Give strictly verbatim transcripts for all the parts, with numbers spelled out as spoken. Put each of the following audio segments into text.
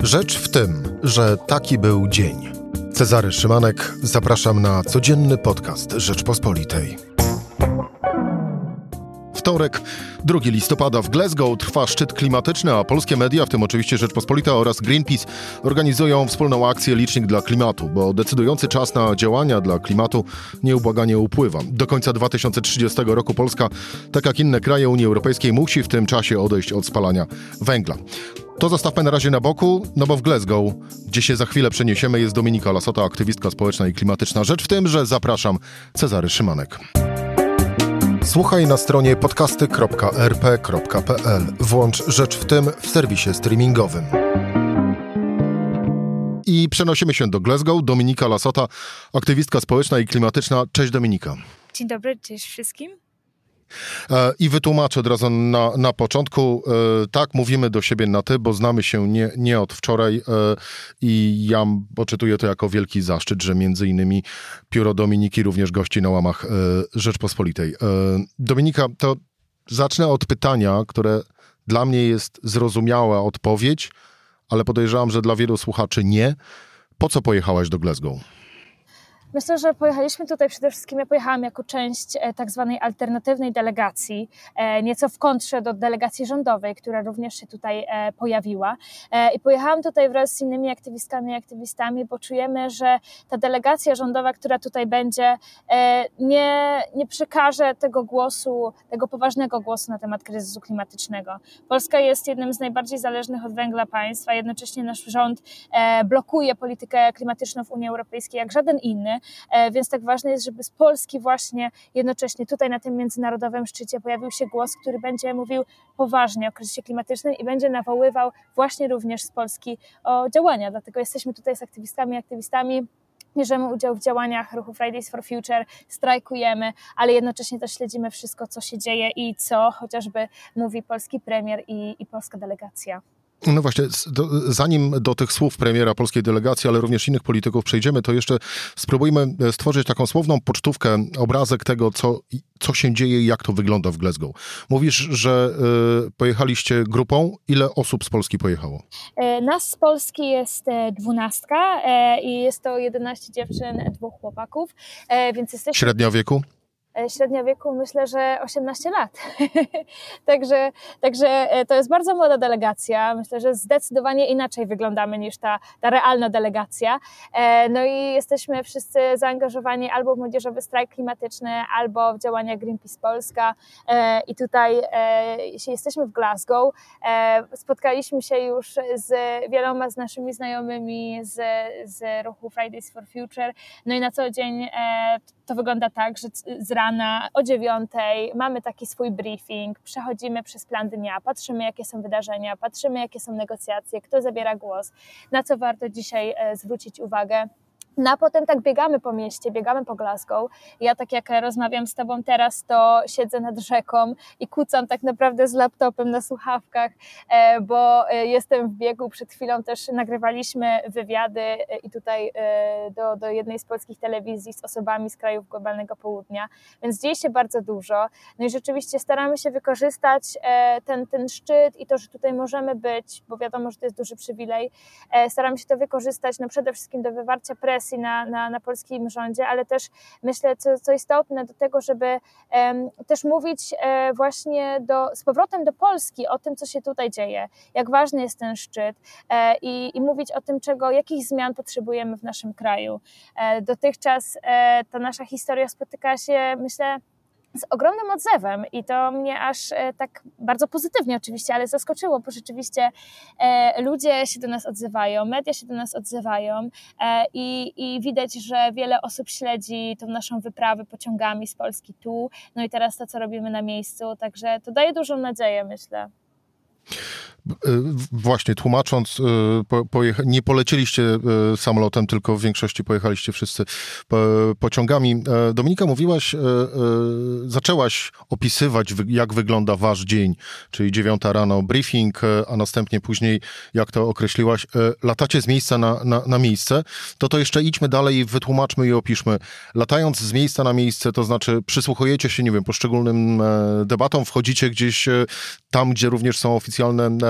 Rzecz w tym, że taki był dzień. Cezary Szymanek, zapraszam na codzienny podcast Rzeczpospolitej. Wtorek, drugiego listopada w Glasgow trwa szczyt klimatyczny, a polskie media, w tym oczywiście Rzeczpospolita oraz Greenpeace, organizują wspólną akcję Licznik dla Klimatu, bo decydujący czas na działania dla klimatu nieubłaganie upływa. Do końca dwa tysiące trzydziestego roku Polska, tak jak inne kraje Unii Europejskiej, musi w tym czasie odejść od spalania węgla. To zostawmy na razie na boku, no bo w Glasgow, gdzie się za chwilę przeniesiemy, jest Dominika Lasota, aktywistka społeczna i klimatyczna. Rzecz w tym, że zapraszam, Cezary Szymanek. Słuchaj na stronie podcasty kropka er pe kropka pe el. Włącz Rzecz w tym w serwisie streamingowym. I przenosimy się do Glasgow. Dominika Lasota, aktywistka społeczna i klimatyczna. Cześć Dominika. Dzień dobry, cześć wszystkim. I wytłumaczę od razu na, na początku, tak, mówimy do siebie na ty, bo znamy się nie, nie od wczoraj i ja poczytuję to jako wielki zaszczyt, że między innymi pióro Dominiki również gości na łamach Rzeczpospolitej. Dominika, to zacznę od pytania, które dla mnie jest zrozumiała odpowiedź, ale podejrzewam, że dla wielu słuchaczy nie. Po co pojechałaś do Glasgow? Myślę, że pojechaliśmy tutaj przede wszystkim, ja pojechałam jako część e, tak zwanej alternatywnej delegacji, e, nieco w kontrze do delegacji rządowej, która również się tutaj e, pojawiła. E, I pojechałam tutaj wraz z innymi aktywistkami i aktywistami, bo czujemy, że ta delegacja rządowa, która tutaj będzie, e, nie, nie przekaże tego głosu, tego poważnego głosu na temat kryzysu klimatycznego. Polska jest jednym z najbardziej zależnych od węgla państw, a jednocześnie nasz rząd e, blokuje politykę klimatyczną w Unii Europejskiej jak żaden inny. Więc tak ważne jest, żeby z Polski właśnie jednocześnie tutaj na tym międzynarodowym szczycie pojawił się głos, który będzie mówił poważnie o kryzysie klimatycznym i będzie nawoływał właśnie również z Polski o działania. Dlatego jesteśmy tutaj z aktywistkami i aktywistami. Bierzemy udział w działaniach ruchu Fridays for Future, strajkujemy, ale jednocześnie też śledzimy wszystko, co się dzieje i co chociażby mówi polski premier i, i polska delegacja. No właśnie, do, zanim do tych słów premiera polskiej delegacji, ale również innych polityków przejdziemy, to jeszcze spróbujmy stworzyć taką słowną pocztówkę, obrazek tego, co, co się dzieje i jak to wygląda w Glasgow. Mówisz, że y, pojechaliście grupą. Ile osób z Polski pojechało? Nas z Polski jest dwunastka e, i jest to jedenaście dziewczyn, dwóch chłopaków. E, więc jesteśmy... Średnia wieku? Średnia wieku myślę, że osiemnaście lat. także, także to jest bardzo młoda delegacja. Myślę, że zdecydowanie inaczej wyglądamy niż ta, ta realna delegacja. No i jesteśmy wszyscy zaangażowani albo w młodzieżowy strajk klimatyczny, albo w działania Greenpeace Polska. I tutaj jesteśmy w Glasgow. Spotkaliśmy się już z wieloma z naszymi znajomymi z, z ruchu Fridays for Future. No i na co dzień to wygląda tak, że z rana o dziewiątej mamy taki swój briefing, przechodzimy przez plan dnia, patrzymy jakie są wydarzenia, patrzymy jakie są negocjacje, kto zabiera głos, na co warto dzisiaj zwrócić uwagę. No a potem tak biegamy po mieście, biegamy po Glasgow. Ja tak jak rozmawiam z tobą teraz, to siedzę nad rzeką i kucam tak naprawdę z laptopem na słuchawkach, bo jestem w biegu. Przed chwilą też nagrywaliśmy wywiady i tutaj do, do jednej z polskich telewizji z osobami z krajów globalnego południa, więc dzieje się bardzo dużo. No i rzeczywiście staramy się wykorzystać ten, ten szczyt i to, że tutaj możemy być, bo wiadomo, że to jest duży przywilej. Staramy się to wykorzystać no przede wszystkim do wywarcia presji Na, na, na polskim rządzie, ale też myślę, co, co istotne do tego, żeby um, też mówić um, właśnie do, z powrotem do Polski o tym, co się tutaj dzieje, jak ważny jest ten szczyt um, i, i mówić o tym, czego, jakich zmian potrzebujemy w naszym kraju. Um, dotychczas um, ta nasza historia spotyka się, myślę, z ogromnym odzewem i to mnie aż e, tak bardzo pozytywnie oczywiście, ale zaskoczyło, bo rzeczywiście e, ludzie się do nas odzywają, media się do nas odzywają e, i, i widać, że wiele osób śledzi tą naszą wyprawę pociągami z Polski tu, no i teraz to, co robimy na miejscu, także to daje dużą nadzieję, myślę. Właśnie, tłumacząc, pojecha- nie polecieliście samolotem, tylko w większości pojechaliście wszyscy pociągami. Dominika, mówiłaś, zaczęłaś opisywać, jak wygląda wasz dzień, czyli dziewiąta rano briefing, a następnie później, jak to określiłaś, latacie z miejsca na, na, na miejsce. To to jeszcze idźmy dalej i wytłumaczmy i opiszmy. Latając z miejsca na miejsce, to znaczy przysłuchujecie się, nie wiem, poszczególnym debatom, wchodzicie gdzieś tam, gdzie również są oficjalne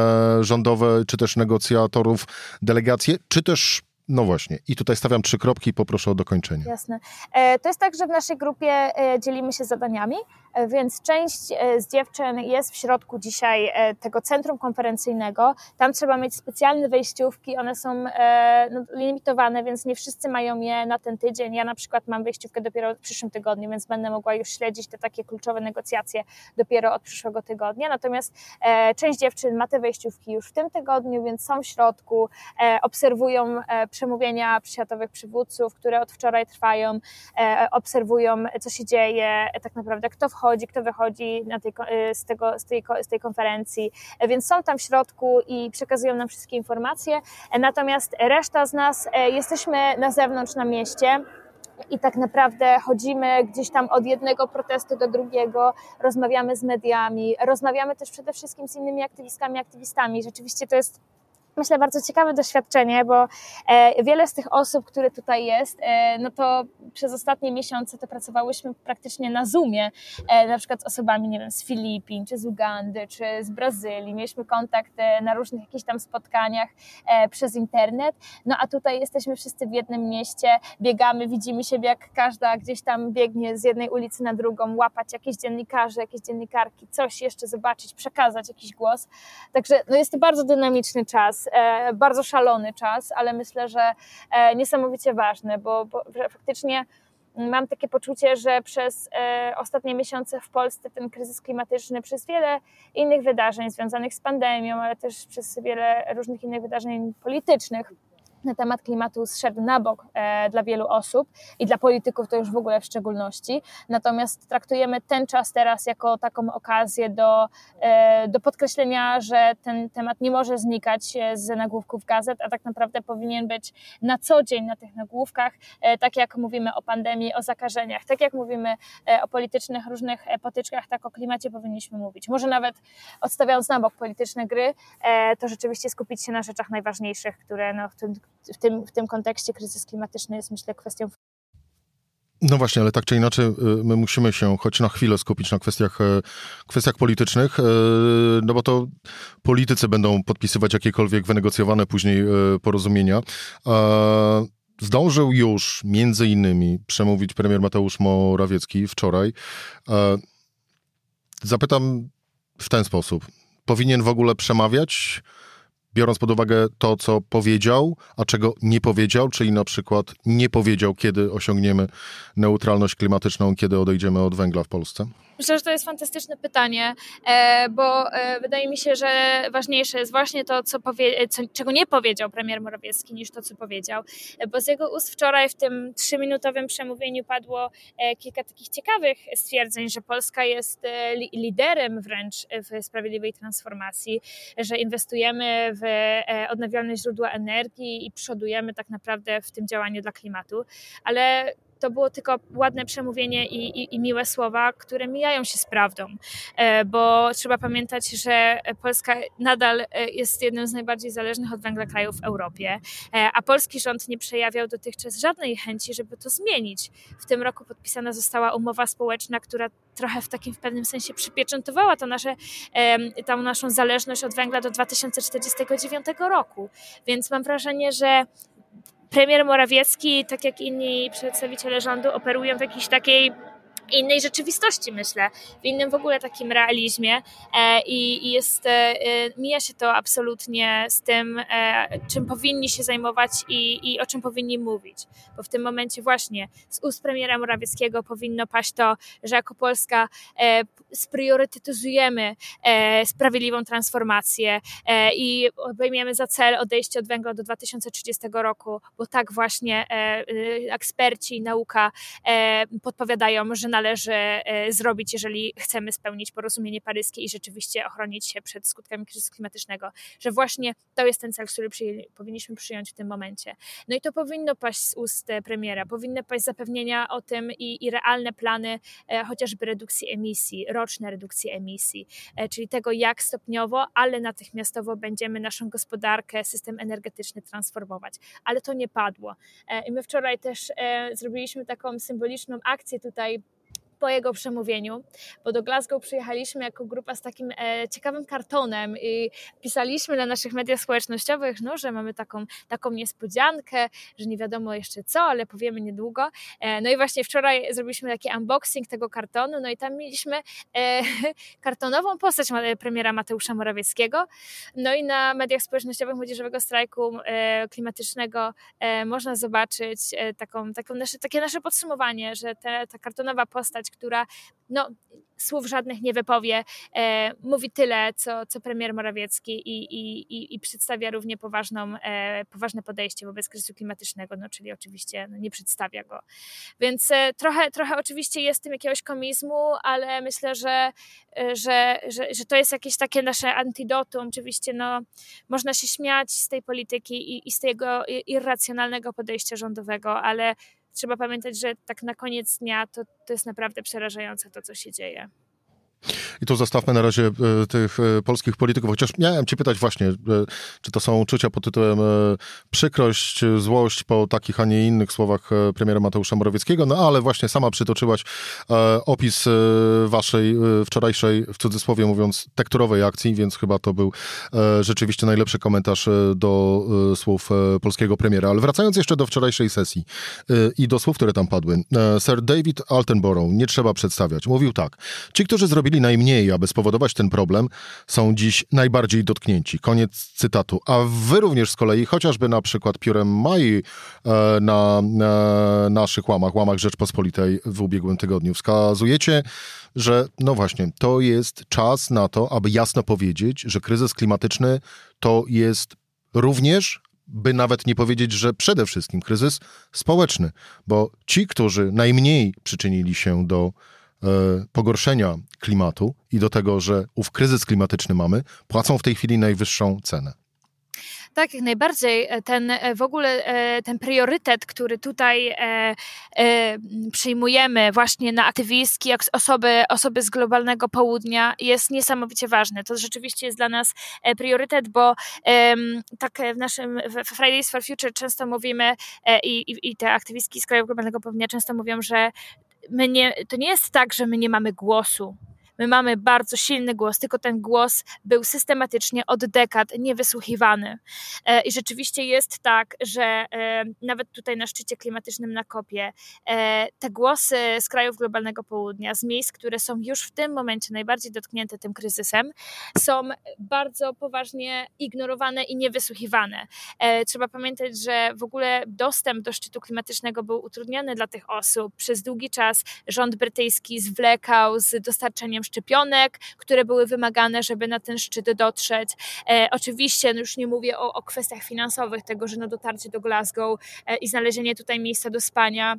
rządowe, czy też negocjatorów, delegacje, czy też no właśnie, i tutaj stawiam trzy kropki i poproszę o dokończenie. Jasne. To jest tak, że w naszej grupie dzielimy się zadaniami, więc część z dziewczyn jest w środku dzisiaj tego centrum konferencyjnego. Tam trzeba mieć specjalne wejściówki, one są no, limitowane, więc nie wszyscy mają je na ten tydzień. Ja na przykład mam wejściówkę dopiero w przyszłym tygodniu, więc będę mogła już śledzić te takie kluczowe negocjacje dopiero od przyszłego tygodnia. Natomiast część dziewczyn ma te wejściówki już w tym tygodniu, więc są w środku, obserwują przemówienia światowych przywódców, które od wczoraj trwają, obserwują, co się dzieje, tak naprawdę kto wchodzi, kto wychodzi na tej, z, tego, z, tej, z tej konferencji, więc są tam w środku i przekazują nam wszystkie informacje, natomiast reszta z nas jesteśmy na zewnątrz na mieście i tak naprawdę chodzimy gdzieś tam od jednego protestu do drugiego, rozmawiamy z mediami, rozmawiamy też przede wszystkim z innymi aktywistkami, aktywistami. Rzeczywiście to jest, myślę, bardzo ciekawe doświadczenie, bo e, wiele z tych osób, które tutaj jest, e, no to przez ostatnie miesiące to pracowałyśmy praktycznie na Zoomie, e, na przykład z osobami, nie wiem, z Filipin, czy z Ugandy, czy z Brazylii. Mieliśmy kontakt e, na różnych jakichś tam spotkaniach e, przez internet, no a tutaj jesteśmy wszyscy w jednym mieście, biegamy, widzimy siebie, jak każda gdzieś tam biegnie z jednej ulicy na drugą, łapać jakieś dziennikarzy, jakieś dziennikarki, coś jeszcze zobaczyć, przekazać jakiś głos. Także no jest to bardzo dynamiczny czas. Bardzo szalony czas, ale myślę, że niesamowicie ważny, bo, bo faktycznie mam takie poczucie, że przez ostatnie miesiące w Polsce ten kryzys klimatyczny, przez wiele innych wydarzeń związanych z pandemią, ale też przez wiele różnych innych wydarzeń politycznych na temat klimatu zszedł na bok e, dla wielu osób i dla polityków to już w ogóle w szczególności. Natomiast traktujemy ten czas teraz jako taką okazję do, e, do podkreślenia, że ten temat nie może znikać z nagłówków gazet, a tak naprawdę powinien być na co dzień na tych nagłówkach, e, tak jak mówimy o pandemii, o zakażeniach, tak jak mówimy e, o politycznych różnych potyczkach, tak o klimacie powinniśmy mówić. Może nawet odstawiając na bok polityczne gry, e, to rzeczywiście skupić się na rzeczach najważniejszych, które no, w tym W tym, w tym kontekście kryzys klimatyczny jest, myślę, kwestią. No właśnie, ale tak czy inaczej my musimy się choć na chwilę skupić na kwestiach, kwestiach politycznych, no bo to politycy będą podpisywać jakiekolwiek wynegocjowane później porozumienia. Zdążył już między innymi przemówić premier Mateusz Morawiecki wczoraj. Zapytam w ten sposób. Powinien w ogóle przemawiać, biorąc pod uwagę to, co powiedział, a czego nie powiedział, czyli na przykład nie powiedział, kiedy osiągniemy neutralność klimatyczną, kiedy odejdziemy od węgla w Polsce? Myślę, że to jest fantastyczne pytanie, bo wydaje mi się, że ważniejsze jest właśnie to, co powie, co, czego nie powiedział premier Morawiecki, niż to, co powiedział. Bo z jego ust wczoraj w tym trzyminutowym przemówieniu padło kilka takich ciekawych stwierdzeń, że Polska jest liderem wręcz w sprawiedliwej transformacji, że inwestujemy w odnawialne źródła energii i przodujemy tak naprawdę w tym działaniu dla klimatu, ale to było tylko ładne przemówienie i, i, i miłe słowa, które mijają się z prawdą, bo trzeba pamiętać, że Polska nadal jest jednym z najbardziej zależnych od węgla krajów w Europie, a polski rząd nie przejawiał dotychczas żadnej chęci, żeby to zmienić. W tym roku podpisana została umowa społeczna, która trochę w takim w pewnym sensie przypieczętowała to nasze, tą naszą zależność od węgla do dwa tysiące czterdziestego dziewiątego roku, więc mam wrażenie, że premier Morawiecki, tak jak inni przedstawiciele rządu, operują w jakiejś takiej innej rzeczywistości, myślę, w innym w ogóle takim realizmie i jest, mija się to absolutnie z tym, czym powinni się zajmować i, i o czym powinni mówić, bo w tym momencie właśnie z ust premiera Morawieckiego powinno paść to, że jako Polska spriorytetyzujemy sprawiedliwą transformację i obejmiemy za cel odejście od węgla do dwa tysiące trzydziestego roku, bo tak właśnie eksperci i nauka podpowiadają, że należy zrobić, jeżeli chcemy spełnić porozumienie paryskie i rzeczywiście ochronić się przed skutkami kryzysu klimatycznego, że właśnie to jest ten cel, który przyjęli, powinniśmy przyjąć w tym momencie. No i to powinno paść z ust premiera, powinny paść zapewnienia o tym i, i realne plany e, chociażby redukcji emisji, roczne redukcje emisji, e, czyli tego, jak stopniowo, ale natychmiastowo będziemy naszą gospodarkę, system energetyczny transformować. Ale to nie padło. E, I my wczoraj też e, zrobiliśmy taką symboliczną akcję tutaj po jego przemówieniu, bo do Glasgow przyjechaliśmy jako grupa z takim e, ciekawym kartonem i pisaliśmy na naszych mediach społecznościowych, no, że mamy taką, taką niespodziankę, że nie wiadomo jeszcze co, ale powiemy niedługo. E, no i właśnie wczoraj zrobiliśmy taki unboxing tego kartonu, no i tam mieliśmy e, kartonową postać premiera Mateusza Morawieckiego. No i na mediach społecznościowych Młodzieżowego Strajku e, Klimatycznego e, można zobaczyć e, taką, taką nasze, takie nasze podsumowanie, że te, ta kartonowa postać, która no, słów żadnych nie wypowie, e, mówi tyle, co, co premier Morawiecki i, i, i, i przedstawia równie poważną, e, poważne podejście wobec kryzysu klimatycznego, no, czyli oczywiście no, nie przedstawia go. Więc e, trochę, trochę oczywiście jest w tym jakiegoś komizmu, ale myślę, że, e, że, że, że to jest jakieś takie nasze antidotum. Oczywiście no, można się śmiać z tej polityki i, i z tego irracjonalnego podejścia rządowego, ale trzeba pamiętać, że tak na koniec dnia to, to jest naprawdę przerażające to, co się dzieje. I tu zostawmy na razie e, tych e, polskich polityków, chociaż miałem cię pytać właśnie, e, czy to są uczucia pod tytułem e, przykrość, złość po takich, a nie innych słowach e, premiera Mateusza Morawieckiego, no ale właśnie sama przytoczyłaś e, opis e, waszej e, wczorajszej, w cudzysłowie mówiąc, tekturowej akcji, więc chyba to był e, rzeczywiście najlepszy komentarz e, do e, słów e, polskiego premiera. Ale wracając jeszcze do wczorajszej sesji e, i do słów, które tam padły. E, Sir David Attenborough, nie trzeba przedstawiać, mówił tak: ci, którzy zrobili najmniej, aby spowodować ten problem, są dziś najbardziej dotknięci. Koniec cytatu. A wy również z kolei, chociażby na przykład piórem Mai e, na e, naszych łamach, łamach Rzeczpospolitej w ubiegłym tygodniu, wskazujecie, że no właśnie, to jest czas na to, aby jasno powiedzieć, że kryzys klimatyczny to jest również, by nawet nie powiedzieć, że przede wszystkim kryzys społeczny, bo ci, którzy najmniej przyczynili się do pogorszenia klimatu i do tego, że ów kryzys klimatyczny mamy, płacą w tej chwili najwyższą cenę. Tak, jak najbardziej. Ten w ogóle ten priorytet, który tutaj e, e, przyjmujemy właśnie na aktywistki, jak osoby, osoby z globalnego południa, jest niesamowicie ważny. To rzeczywiście jest dla nas priorytet, bo e, tak w naszym w Fridays for Future często mówimy e, i, i te aktywistki z krajów globalnego południa często mówią, że my nie, to nie jest tak, że my nie mamy głosu. My mamy bardzo silny głos, tylko ten głos był systematycznie od dekad niewysłuchiwany. I rzeczywiście jest tak, że nawet tutaj na szczycie klimatycznym na kopie te głosy z krajów globalnego południa, z miejsc, które są już w tym momencie najbardziej dotknięte tym kryzysem, są bardzo poważnie ignorowane i niewysłuchiwane. Trzeba pamiętać, że w ogóle dostęp do szczytu klimatycznego był utrudniony dla tych osób. Przez długi czas rząd brytyjski zwlekał z dostarczeniem szczepionek, które były wymagane, żeby na ten szczyt dotrzeć. E, oczywiście, no już nie mówię o, o kwestiach finansowych, tego, że no dotarcie do Glasgow e, i znalezienie tutaj miejsca do spania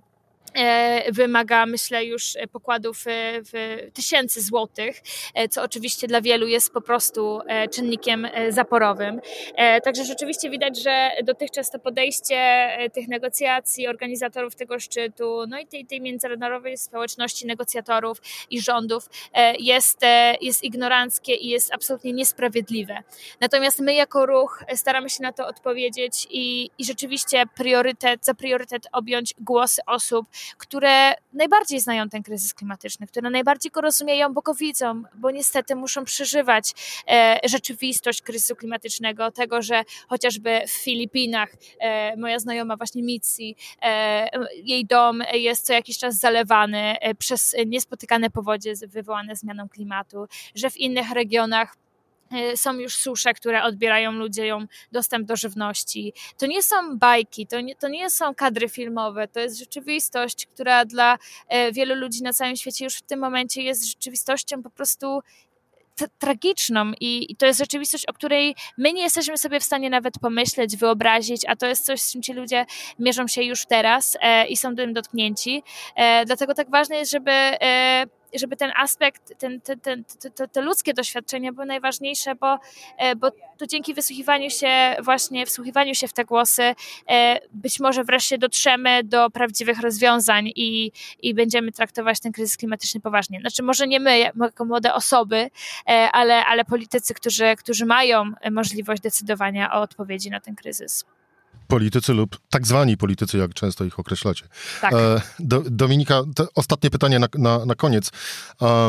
wymaga, myślę, już pokładów w tysięcy złotych, co oczywiście dla wielu jest po prostu czynnikiem zaporowym. Także rzeczywiście widać, że dotychczas to podejście tych negocjacji, organizatorów tego szczytu, no i tej, tej międzynarodowej społeczności negocjatorów i rządów jest, jest ignoranckie i jest absolutnie niesprawiedliwe. Natomiast my jako ruch staramy się na to odpowiedzieć i, i rzeczywiście priorytet, za priorytet objąć głosy osób, które najbardziej znają ten kryzys klimatyczny, które najbardziej go rozumieją, bo go widzą, bo niestety muszą przeżywać e, rzeczywistość kryzysu klimatycznego, tego, że chociażby w Filipinach e, moja znajoma właśnie Mitzi, e, jej dom jest co jakiś czas zalewany e, przez niespotykane powodzie wywołane zmianą klimatu, że w innych regionach są już susze, które odbierają ludziom dostęp do żywności. To nie są bajki, to nie, to nie są kadry filmowe, to jest rzeczywistość, która dla wielu ludzi na całym świecie już w tym momencie jest rzeczywistością po prostu t- tragiczną i, i to jest rzeczywistość, o której my nie jesteśmy sobie w stanie nawet pomyśleć, wyobrazić, a to jest coś, z czym ci ludzie mierzą się już teraz e, i są tym dotknięci. E, dlatego tak ważne jest, żeby e, żeby ten aspekt, ten, ten, ten, to, to ludzkie doświadczenie było najważniejsze, bo, bo to dzięki wysłuchiwaniu się, właśnie wsłuchiwaniu się w te głosy, być może wreszcie dotrzemy do prawdziwych rozwiązań i, i będziemy traktować ten kryzys klimatyczny poważnie. Znaczy może nie my, jako młode osoby, ale, ale politycy, którzy, którzy mają możliwość decydowania o odpowiedzi na ten kryzys. Politycy lub tak zwani politycy, jak często ich określacie. Tak. E, do, Dominika, to ostatnie pytanie na, na, na koniec. E,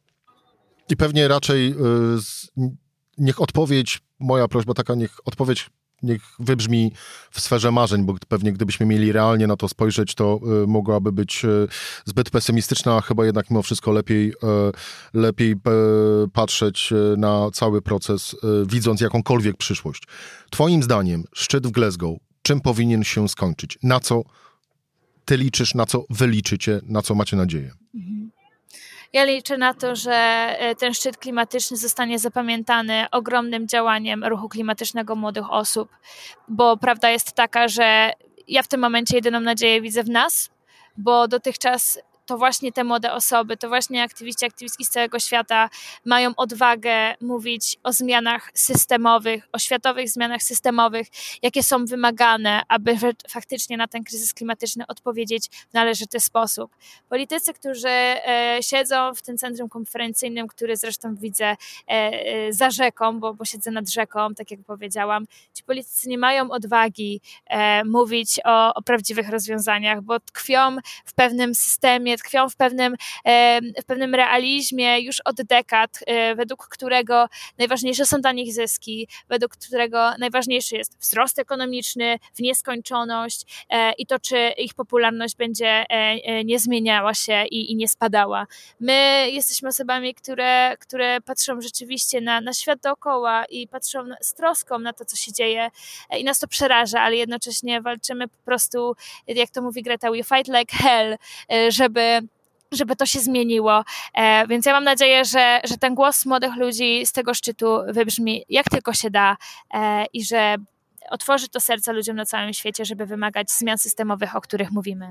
I pewnie raczej e, z, niech odpowiedź, moja prośba taka, niech odpowiedź niech wybrzmi w sferze marzeń, bo pewnie gdybyśmy mieli realnie na to spojrzeć, to y, mogłaby być y, zbyt pesymistyczna, a chyba jednak mimo wszystko lepiej, y, lepiej y, patrzeć y, na cały proces, y, widząc jakąkolwiek przyszłość. Twoim zdaniem szczyt w Glasgow, czym powinien się skończyć? Na co ty liczysz, na co wy liczycie, na co macie nadzieję? Mhm. Ja liczę na to, że ten szczyt klimatyczny zostanie zapamiętany ogromnym działaniem ruchu klimatycznego młodych osób, bo prawda jest taka, że ja w tym momencie jedyną nadzieję widzę w nas, bo dotychczas to właśnie te młode osoby, to właśnie aktywiści, aktywistki z całego świata mają odwagę mówić o zmianach systemowych, o światowych zmianach systemowych, jakie są wymagane, aby faktycznie na ten kryzys klimatyczny odpowiedzieć w należyty sposób. Politycy, którzy e, siedzą w tym centrum konferencyjnym, który zresztą widzę e, e, za rzeką, bo, bo siedzę nad rzeką, tak jak powiedziałam, ci politycy nie mają odwagi e, mówić o, o prawdziwych rozwiązaniach, bo tkwią w pewnym systemie, tkwią w pewnym, w pewnym realizmie już od dekad, według którego najważniejsze są dla nich zyski, według którego najważniejszy jest wzrost ekonomiczny w nieskończoność i to, czy ich popularność będzie nie zmieniała się i, i nie spadała. My jesteśmy osobami, które, które patrzą rzeczywiście na, na świat dookoła i patrzą z troską na to, co się dzieje i nas to przeraża, ale jednocześnie walczymy po prostu, jak to mówi Greta, we fight like hell, żeby żeby to się zmieniło. E, więc ja mam nadzieję, że, że ten głos młodych ludzi z tego szczytu wybrzmi jak tylko się da e, i że otworzy to serca ludziom na całym świecie, żeby wymagać zmian systemowych, o których mówimy.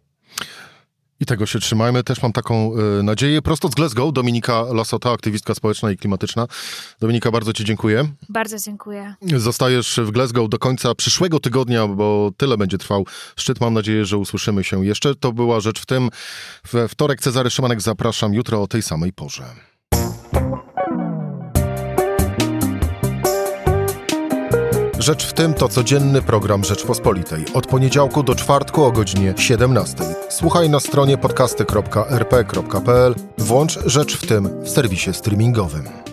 I tego się trzymajmy. Też mam taką y, nadzieję. Prosto z Glasgow, Dominika Lasota, aktywistka społeczna i klimatyczna. Dominika, bardzo ci dziękuję. Bardzo dziękuję. Zostajesz w Glasgow do końca przyszłego tygodnia, bo tyle będzie trwał szczyt. Mam nadzieję, że usłyszymy się jeszcze. To była Rzecz w tym. We wtorek Cezary Szymanek, zapraszam jutro o tej samej porze. Rzecz w tym to codzienny program Rzeczpospolitej. Od poniedziałku do czwartku o godzinie siedemnastej. Słuchaj na stronie podcasty kropka er pe kropka pe el. Włącz Rzecz w tym w serwisie streamingowym.